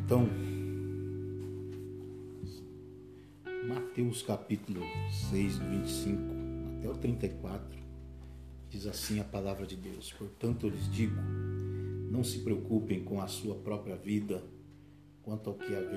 Então, Mateus capítulo 6, do 25 até o 34, diz assim a palavra de Deus: portanto eu lhes digo, não se preocupem com a sua própria vida, quanto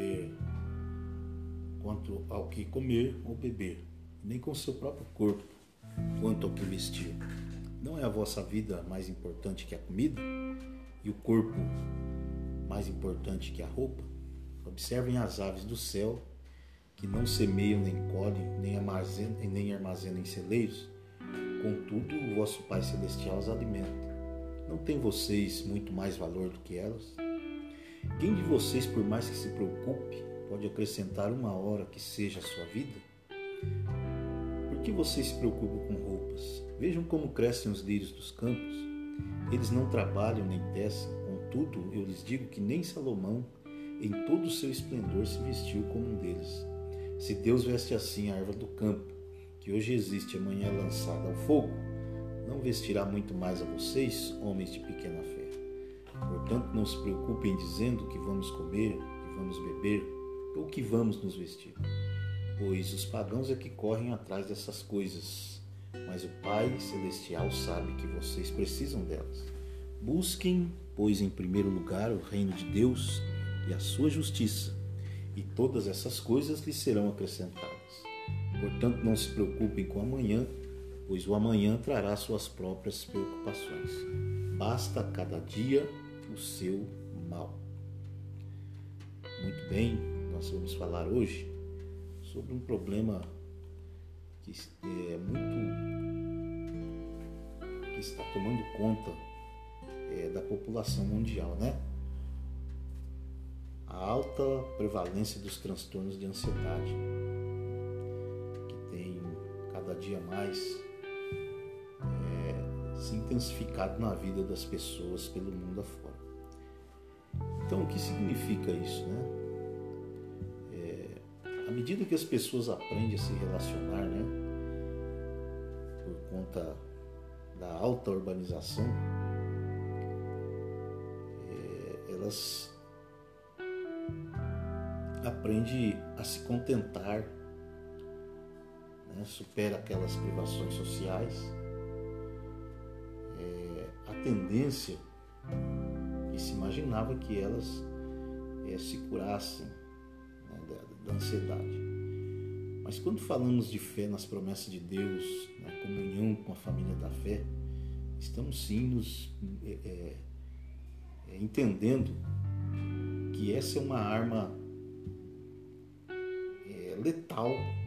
ao que comer ou beber, nem com o seu próprio corpo, quanto ao que vestir. Não é a vossa vida mais importante que a comida, e o corpo mais importante que a roupa? Observem as aves do céu, que não semeiam, nem colhem, nem armazenam em celeiros, contudo o vosso Pai Celestial as alimenta. Não têm vocês muito mais valor do que elas? Quem de vocês, por mais que se preocupe, pode acrescentar uma hora que seja a sua vida? Por que vocês se preocupam com roupas? Vejam como crescem os lírios dos campos. Eles não trabalham nem tecem, contudo eu lhes digo que nem Salomão, em todo o seu esplendor, se vestiu como um deles. Se Deus veste assim a erva do campo, que hoje existe e amanhã é lançada ao fogo, não vestirá muito mais a vocês, homens de pequena fé. Portanto, não se preocupem dizendo que vamos comer, que vamos beber, ou que vamos nos vestir. Pois os pagãos é que correm atrás dessas coisas, mas o Pai Celestial sabe que vocês precisam delas. Busquem, pois, em primeiro lugar o reino de Deus e a sua justiça, e todas essas coisas lhes serão acrescentadas. Portanto, não se preocupem com o amanhã, pois o amanhã trará suas próprias preocupações. Basta a cada dia o seu mal. Muito bem, nós vamos falar hoje sobre um problema que está tomando conta da população mundial, né? A alta prevalência dos transtornos de ansiedade, que tem cada dia mais se intensificado na vida das pessoas pelo mundo afora. Então, o que significa isso, né? À medida que as pessoas aprendem a se relacionar, né, por conta da alta urbanização, elas aprendem a se contentar, né, supera aquelas privações sociais. A tendência que se imaginava que elas se curassem, né, da ansiedade. Mas quando falamos de fé nas promessas de Deus, na comunhão com a família da fé, estamos sim nos entendendo que essa é uma arma letal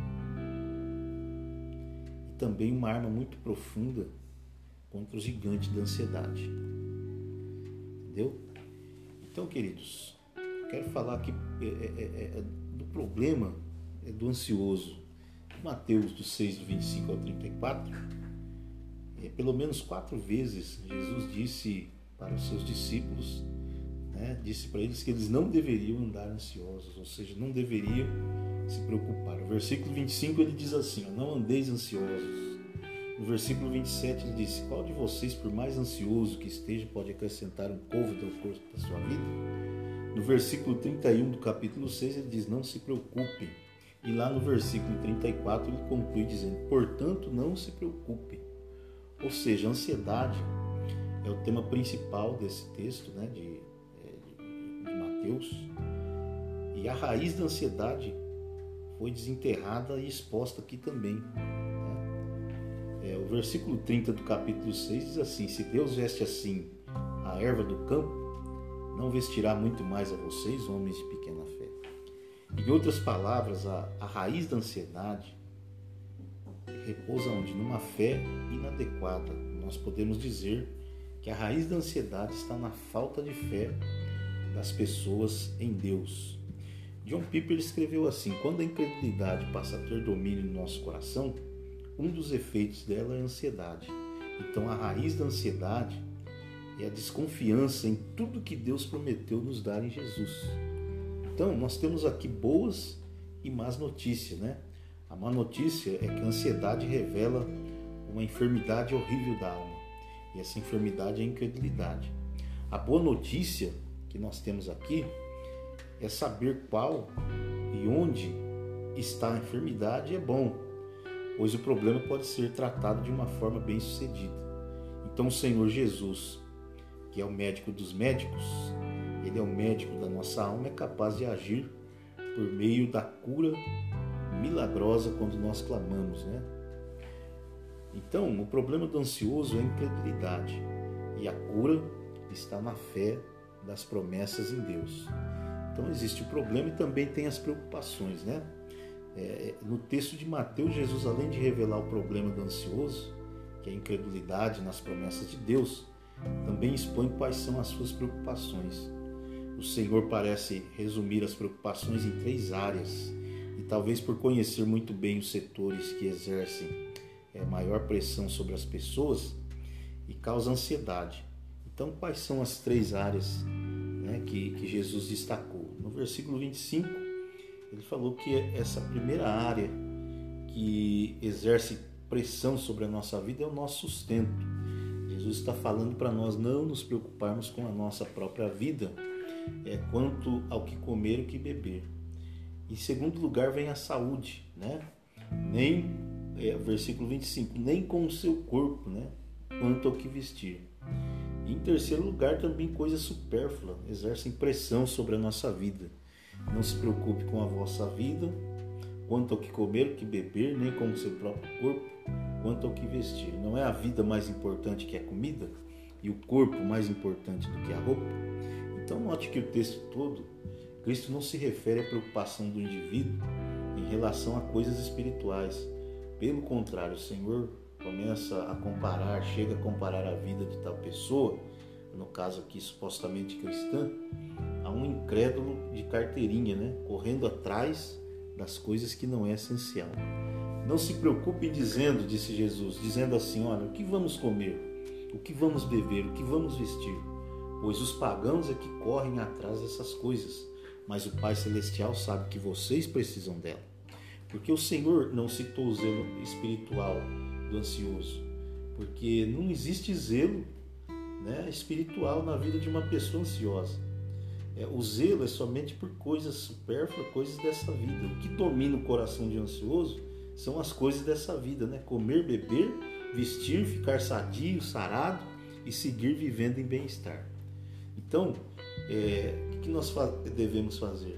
e também uma arma muito profunda contra o gigante da ansiedade. Entendeu? Então, queridos, quero falar aqui do problema do ansioso. Mateus do 6, do 25 ao 34, pelo menos 4 vezes Jesus disse para os seus discípulos, né, disse para eles que eles não deveriam andar ansiosos, ou seja, não deveriam se preocupar. No versículo 25 ele diz assim: não andeis ansiosos. No versículo 27 ele disse: qual de vocês, por mais ansioso que esteja, pode acrescentar um côvado ao curso da sua vida? No versículo 31 do capítulo 6 ele diz: não se preocupem. E lá no versículo 34 ele conclui dizendo: portanto não se preocupem. Ou seja, a ansiedade é o tema principal desse texto, né, de Mateus. E a raiz da ansiedade foi desenterrada e exposta aqui também, né? O versículo 30 do capítulo 6 diz assim: se Deus veste assim a erva do campo, não vestirá muito mais a vocês, homens de pequena fé. Em outras palavras, a raiz da ansiedade repousa onde? Numa fé inadequada. Nós podemos dizer que a raiz da ansiedade está na falta de fé das pessoas em Deus. John Piper escreveu assim: quando a incredulidade passa a ter domínio no nosso coração, um dos efeitos dela é a ansiedade. Então a raiz da ansiedade é a desconfiança em tudo que Deus prometeu nos dar em Jesus. Então nós temos aqui boas e más notícias, né? A má notícia é que a ansiedade revela uma enfermidade horrível da alma, e essa enfermidade é a incredulidade. A boa notícia que nós temos aqui é saber qual e onde está a enfermidade é bom, pois o problema pode ser tratado de uma forma bem sucedida. Então o Senhor Jesus, que é o médico dos médicos, Ele é o médico da nossa alma, é capaz de agir por meio da cura milagrosa quando nós clamamos, né? Então, o problema do ansioso é a incredulidade e a cura está na fé das promessas em Deus. Então, existe o problema e também tem as preocupações, né? No texto de Mateus, Jesus, além de revelar o problema do ansioso, que é a incredulidade nas promessas de Deus, também expõe quais são as suas preocupações. O Senhor parece resumir as preocupações em 3 áreas, e talvez por conhecer muito bem os setores que exercem maior pressão sobre as pessoas e causa ansiedade. Então, quais são as 3 áreas, né, que Jesus destacou? No versículo 25, ele falou que essa primeira área que exerce pressão sobre a nossa vida é o nosso sustento. Jesus está falando para nós não nos preocuparmos com a nossa própria vida quanto ao que comer e o que beber. Em segundo lugar vem a saúde, né? Versículo 25, nem com o seu corpo, né? Quanto ao que vestir. E em terceiro lugar também coisas supérfluas exercem pressão sobre a nossa vida. Não se preocupe com a vossa vida, quanto ao que comer, o que beber, nem com o seu próprio corpo, quanto ao que vestir. Não é a vida mais importante que a comida e o corpo mais importante do que a roupa? Então note que o texto todo, Cristo não se refere à preocupação do indivíduo em relação a coisas espirituais. Pelo contrário, o Senhor chega a comparar a vida de tal pessoa, no caso aqui supostamente cristã, a um incrédulo de carteirinha, né? Correndo atrás das coisas que não é essencial. Não se preocupem dizendo, disse Jesus, dizendo assim, olha, o que vamos comer, o que vamos beber, o que vamos vestir? Pois os pagãos é que correm atrás dessas coisas, mas o Pai Celestial sabe que vocês precisam dela. Porque o Senhor não citou o zelo espiritual do ansioso, porque não existe zelo, né, espiritual na vida de uma pessoa ansiosa. O zelo é somente por coisas supérfluas, coisas dessa vida. O que domina o coração de um ansioso são as coisas dessa vida, né? Comer, beber, vestir, ficar sadio, sarado e seguir vivendo em bem-estar. Então, o que nós devemos fazer?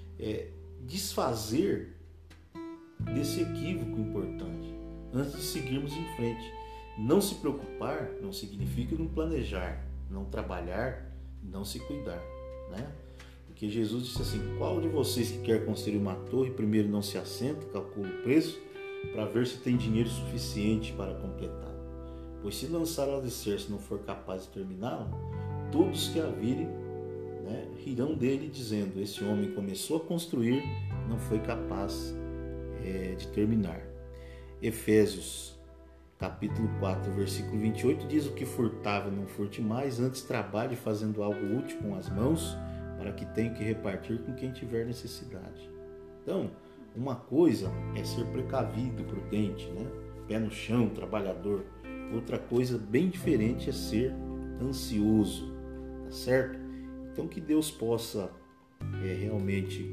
Desfazer desse equívoco importante antes de seguirmos em frente. Não se preocupar não significa não planejar, não trabalhar, não se cuidar, né? Porque Jesus disse assim, qual de vocês que quer construir uma torre primeiro não se assenta, calcula o preço para ver se tem dinheiro suficiente para completá-la? Pois se lançar o alicerce e não for capaz de terminá-la, todos que a virem, né, rirão dele dizendo, esse homem começou a construir, não foi capaz de terminar. Efésios capítulo 4, versículo 28 diz, o que furtava não furte mais, antes trabalhe fazendo algo útil com as mãos, para que tenha que repartir com quem tiver necessidade. Então, uma coisa é ser precavido, prudente, né? Pé no chão, trabalhador. Outra coisa bem diferente é ser ansioso, tá certo? Então que Deus possa realmente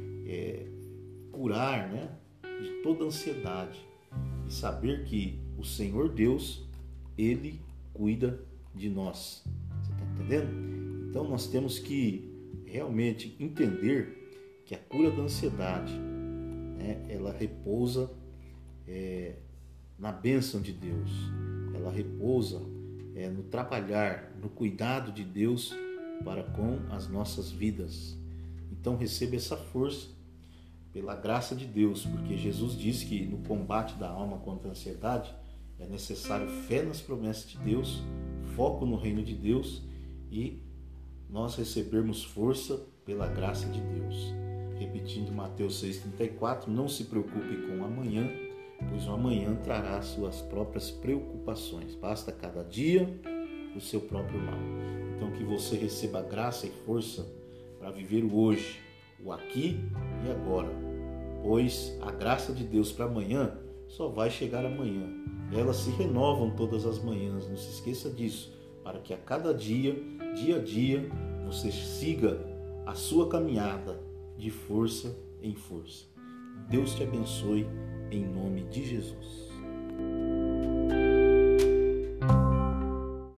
curar, né, de toda ansiedade e saber que o Senhor Deus, Ele cuida de nós. Você está entendendo? Então nós temos que realmente entender que a cura da ansiedade, né, ela repousa na bênção de Deus. Ela repousa no trabalhar, no cuidado de Deus para com as nossas vidas. Então receba essa força pela graça de Deus, porque Jesus disse que no combate da alma contra a ansiedade é necessário fé nas promessas de Deus, foco no reino de Deus e nós recebermos força pela graça de Deus. Repetindo Mateus 6,34, não se preocupe com o amanhã, pois o amanhã trará suas próprias preocupações. Basta cada dia o seu próprio mal. Então que você receba graça e força para viver o hoje, o aqui e agora, pois a graça de Deus para amanhã só vai chegar amanhã. Elas se renovam todas as manhãs, não se esqueça disso, para que a cada dia, dia a dia, você siga a sua caminhada de força em força. Deus te abençoe em nome de Jesus.